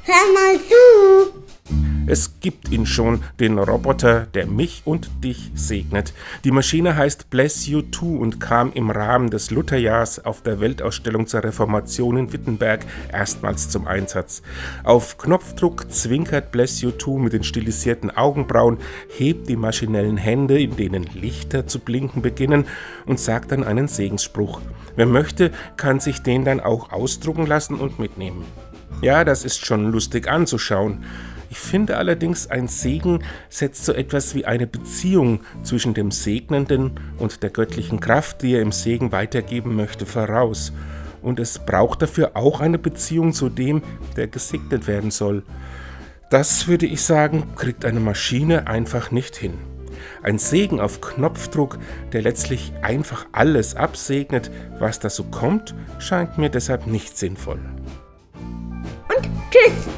hör mal zu. Es gibt ihn schon, den Roboter, der mich und dich segnet. Die Maschine heißt Bless You Too und kam im Rahmen des Lutherjahrs auf der Weltausstellung zur Reformation in Wittenberg erstmals zum Einsatz. Auf Knopfdruck zwinkert Bless You Too mit den stilisierten Augenbrauen, hebt die maschinellen Hände, in denen Lichter zu blinken beginnen, und sagt dann einen Segensspruch. Wer möchte, kann sich den dann auch ausdrucken lassen und mitnehmen. Ja, das ist schon lustig anzuschauen. Ich finde allerdings, ein Segen setzt so etwas wie eine Beziehung zwischen dem Segnenden und der göttlichen Kraft, die er im Segen weitergeben möchte, voraus. Und es braucht dafür auch eine Beziehung zu dem, der gesegnet werden soll. Das, würde ich sagen, kriegt eine Maschine einfach nicht hin. Ein Segen auf Knopfdruck, der letztlich einfach alles absegnet, was da so kommt, scheint mir deshalb nicht sinnvoll. Und tschüss.